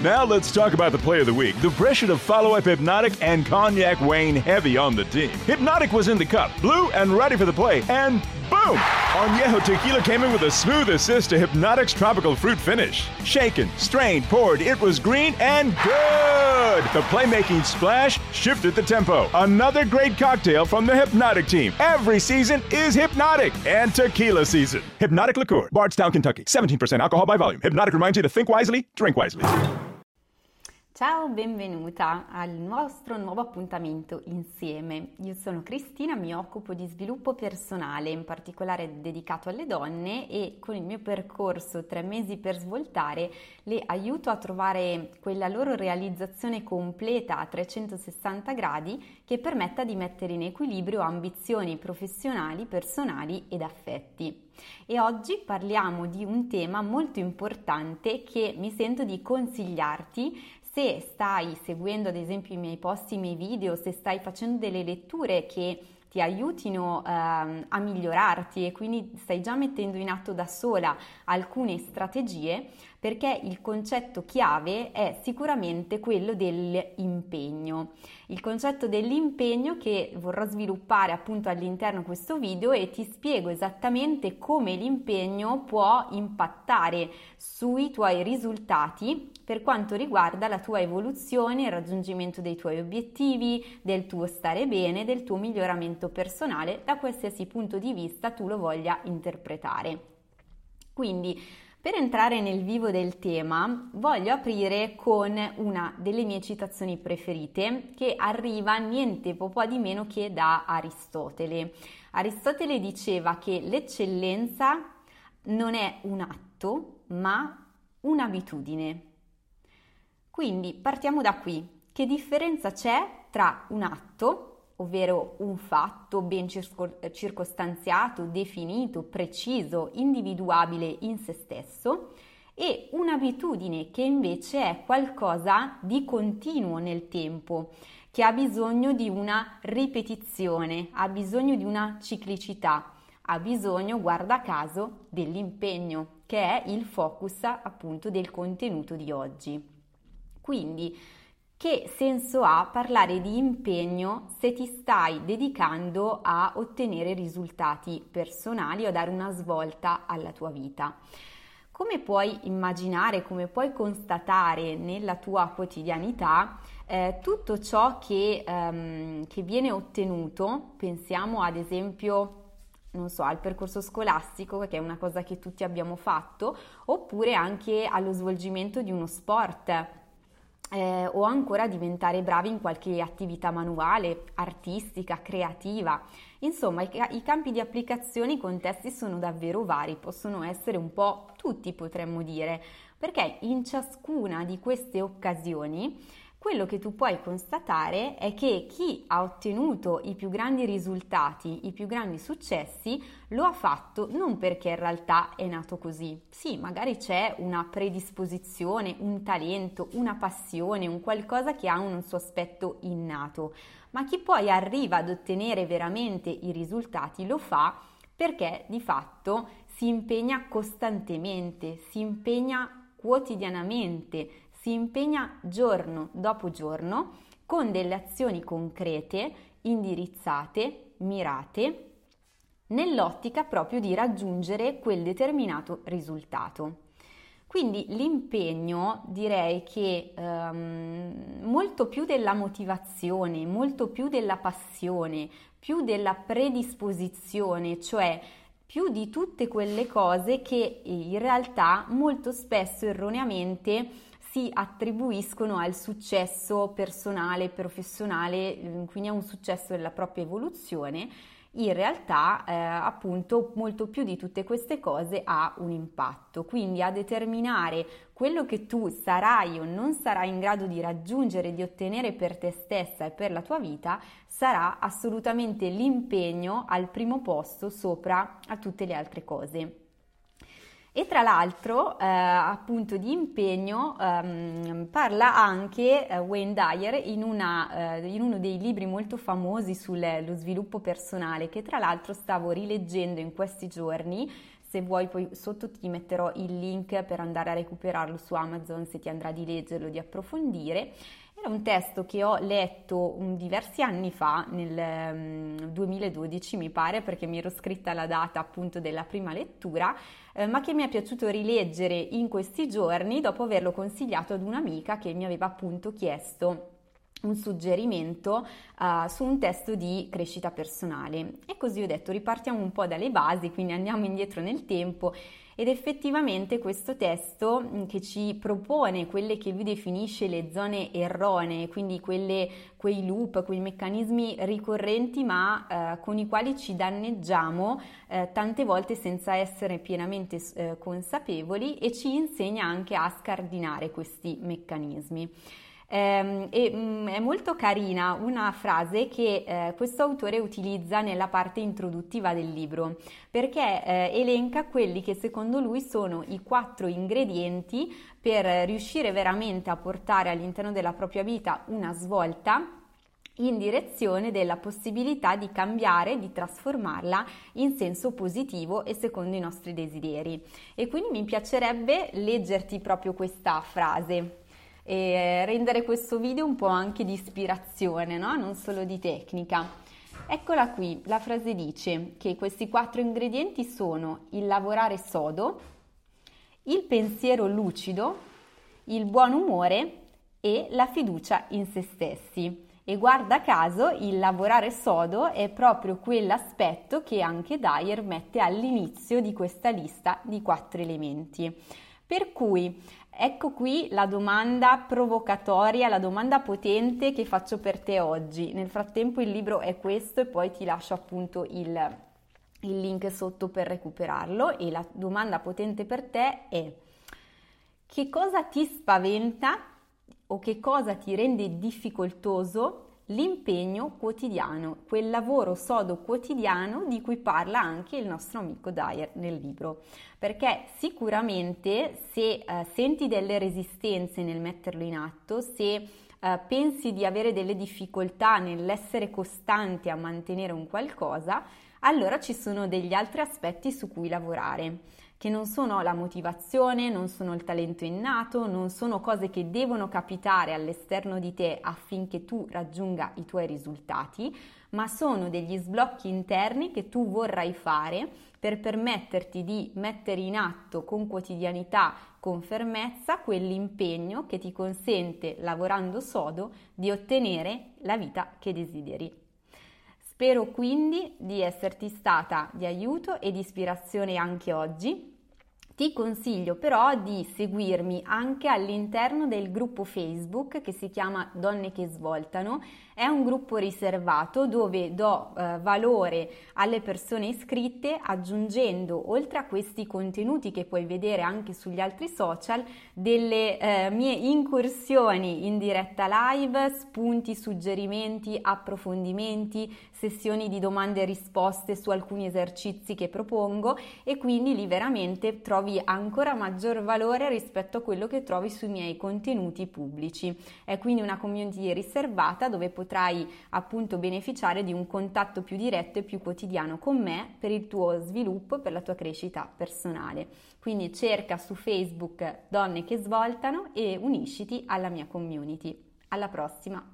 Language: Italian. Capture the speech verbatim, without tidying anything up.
Now let's talk about the play of the week. The pressure to follow up Hypnotic and Cognac weighing heavy on the team. Hypnotic was in the cup, blue and ready for the play, and boom! Añejo Tequila came in with a smooth assist to Hypnotic's tropical fruit finish. Shaken, strained, poured, it was green and good! The playmaking splash shifted the tempo. Another great cocktail from the Hypnotic team. Every season is Hypnotic and tequila season. Hypnotic Liqueur, Bardstown, Kentucky. seventeen percent alcohol by volume. Hypnotic reminds you to think wisely, drink wisely. Ciao, benvenuta al nostro nuovo appuntamento insieme. Io sono Cristina, mi occupo di sviluppo personale, in particolare dedicato alle donne, e con il mio percorso tre mesi per svoltare le aiuto a trovare quella loro realizzazione completa a trecentosessanta gradi che permetta di mettere in equilibrio ambizioni professionali, personali ed affetti. E oggi parliamo di un tema molto importante che mi sento di consigliarti se stai seguendo ad esempio i miei post, i miei video, se stai facendo delle letture che ti aiutino eh, a migliorarti e quindi stai già mettendo in atto da sola alcune strategie, perché il concetto chiave è sicuramente quello dell'impegno. Il concetto dell'impegno che vorrò sviluppare appunto all'interno di questo video, e ti spiego esattamente come l'impegno può impattare sui tuoi risultati per quanto riguarda la tua evoluzione, il raggiungimento dei tuoi obiettivi, del tuo stare bene, del tuo miglioramento personale, da qualsiasi punto di vista tu lo voglia interpretare. Quindi, per entrare nel vivo del tema, voglio aprire con una delle mie citazioni preferite, che arriva niente po' di meno che da Aristotele. Aristotele diceva che l'eccellenza non è un atto, ma un'abitudine. Quindi partiamo da qui. Che differenza c'è tra un atto, ovvero un fatto ben circo- circostanziato, definito, preciso, individuabile in se stesso, e un'abitudine che invece è qualcosa di continuo nel tempo, che ha bisogno di una ripetizione, ha bisogno di una ciclicità, ha bisogno, guarda caso, dell'impegno, che è il focus appunto del contenuto di oggi. Quindi, che senso ha parlare di impegno se ti stai dedicando a ottenere risultati personali o a dare una svolta alla tua vita? Come puoi immaginare, come puoi constatare nella tua quotidianità, eh, tutto ciò che, ehm, che viene ottenuto, pensiamo ad esempio, non so, al percorso scolastico, che è una cosa che tutti abbiamo fatto, oppure anche allo svolgimento di uno sport, Eh, o ancora diventare bravi in qualche attività manuale, artistica, creativa. Insomma, i, i campi di applicazione, i contesti sono davvero vari, possono essere un po' tutti, potremmo dire, perché in ciascuna di queste occasioni quello che tu puoi constatare è che chi ha ottenuto i più grandi risultati, i più grandi successi, lo ha fatto non perché in realtà è nato così. Sì, magari c'è una predisposizione, un talento, una passione, un qualcosa che ha un suo aspetto innato, ma chi poi arriva ad ottenere veramente i risultati lo fa perché di fatto si impegna costantemente, si impegna quotidianamente, si impegna giorno dopo giorno con delle azioni concrete, indirizzate, mirate, nell'ottica proprio di raggiungere quel determinato risultato. Quindi l'impegno, direi che um, molto più della motivazione, molto più della passione, più della predisposizione, cioè più di tutte quelle cose che in realtà molto spesso erroneamente si attribuiscono al successo personale, professionale, quindi a un successo della propria evoluzione. In realtà eh, appunto molto più di tutte queste cose ha un impatto, quindi a determinare quello che tu sarai o non sarai in grado di raggiungere, di ottenere per te stessa e per la tua vita, sarà assolutamente l'impegno al primo posto sopra a tutte le altre cose. E tra l'altro, eh, appunto di impegno, ehm, parla anche eh, Wayne Dyer in, una, eh, in uno dei libri molto famosi sullo sviluppo personale, che tra l'altro stavo rileggendo in questi giorni. se vuoi poi sotto ti metterò il link per andare a recuperarlo su Amazon se ti andrà di leggerlo, di approfondire. Era un testo che ho letto um, diversi anni fa, nel um, duemiladodici mi pare, perché mi ero scritta la data appunto della prima lettura, eh, ma che mi è piaciuto rileggere in questi giorni dopo averlo consigliato ad un'amica che mi aveva appunto chiesto un suggerimento uh, su un testo di crescita personale. E così ho detto, ripartiamo un po' dalle basi, quindi andiamo indietro nel tempo. Ed effettivamente questo testo che ci propone quelle che lui definisce le zone erronee, quindi quelle, quei loop, quei meccanismi ricorrenti ma eh, con i quali ci danneggiamo eh, tante volte senza essere pienamente eh, consapevoli, e ci insegna anche a scardinare questi meccanismi. Eh, e, mh, è molto carina una frase che eh, questo autore utilizza nella parte introduttiva del libro, perché eh, elenca quelli che secondo lui sono i quattro ingredienti per riuscire veramente a portare all'interno della propria vita una svolta in direzione della possibilità di cambiare, di trasformarla in senso positivo e secondo i nostri desideri. E quindi mi piacerebbe leggerti proprio questa frase e rendere questo video un po' anche di ispirazione, no? Non solo di tecnica. Eccola qui, la frase dice che questi quattro ingredienti sono il lavorare sodo, il pensiero lucido, il buon umore e la fiducia in se stessi. E guarda caso il lavorare sodo è proprio quell'aspetto che anche Dyer mette all'inizio di questa lista di quattro elementi. Per cui ecco qui la domanda provocatoria, la domanda potente che faccio per te oggi. Nel frattempo il libro è questo e poi ti lascio appunto il, il link sotto per recuperarlo, e la domanda potente per te è: che cosa ti spaventa o che cosa ti rende difficoltoso l'impegno quotidiano, quel lavoro sodo quotidiano di cui parla anche il nostro amico Dyer nel libro? Perché sicuramente se eh, senti delle resistenze nel metterlo in atto, se eh, pensi di avere delle difficoltà nell'essere costante a mantenere un qualcosa, allora ci sono degli altri aspetti su cui lavorare, che non sono la motivazione, non sono il talento innato, non sono cose che devono capitare all'esterno di te affinché tu raggiunga i tuoi risultati, ma sono degli sblocchi interni che tu vorrai fare per permetterti di mettere in atto con quotidianità, con fermezza, quell'impegno che ti consente, lavorando sodo, di ottenere la vita che desideri. Spero quindi di esserti stata di aiuto e di ispirazione anche oggi. Ti consiglio però di seguirmi anche all'interno del gruppo Facebook che si chiama Donne che Svoltano. È un gruppo riservato dove do eh, valore alle persone iscritte, aggiungendo, oltre a questi contenuti che puoi vedere anche sugli altri social, delle eh, mie incursioni in diretta live, spunti, suggerimenti, approfondimenti, sessioni di domande e risposte su alcuni esercizi che propongo, e quindi lì veramente trovi ancora maggior valore rispetto a quello che trovi sui miei contenuti pubblici. È quindi una community riservata dove potrai appunto beneficiare di un contatto più diretto e più quotidiano con me per il tuo sviluppo, per la tua crescita personale. Quindi cerca su Facebook Donne che Svoltano e unisciti alla mia community. Alla prossima!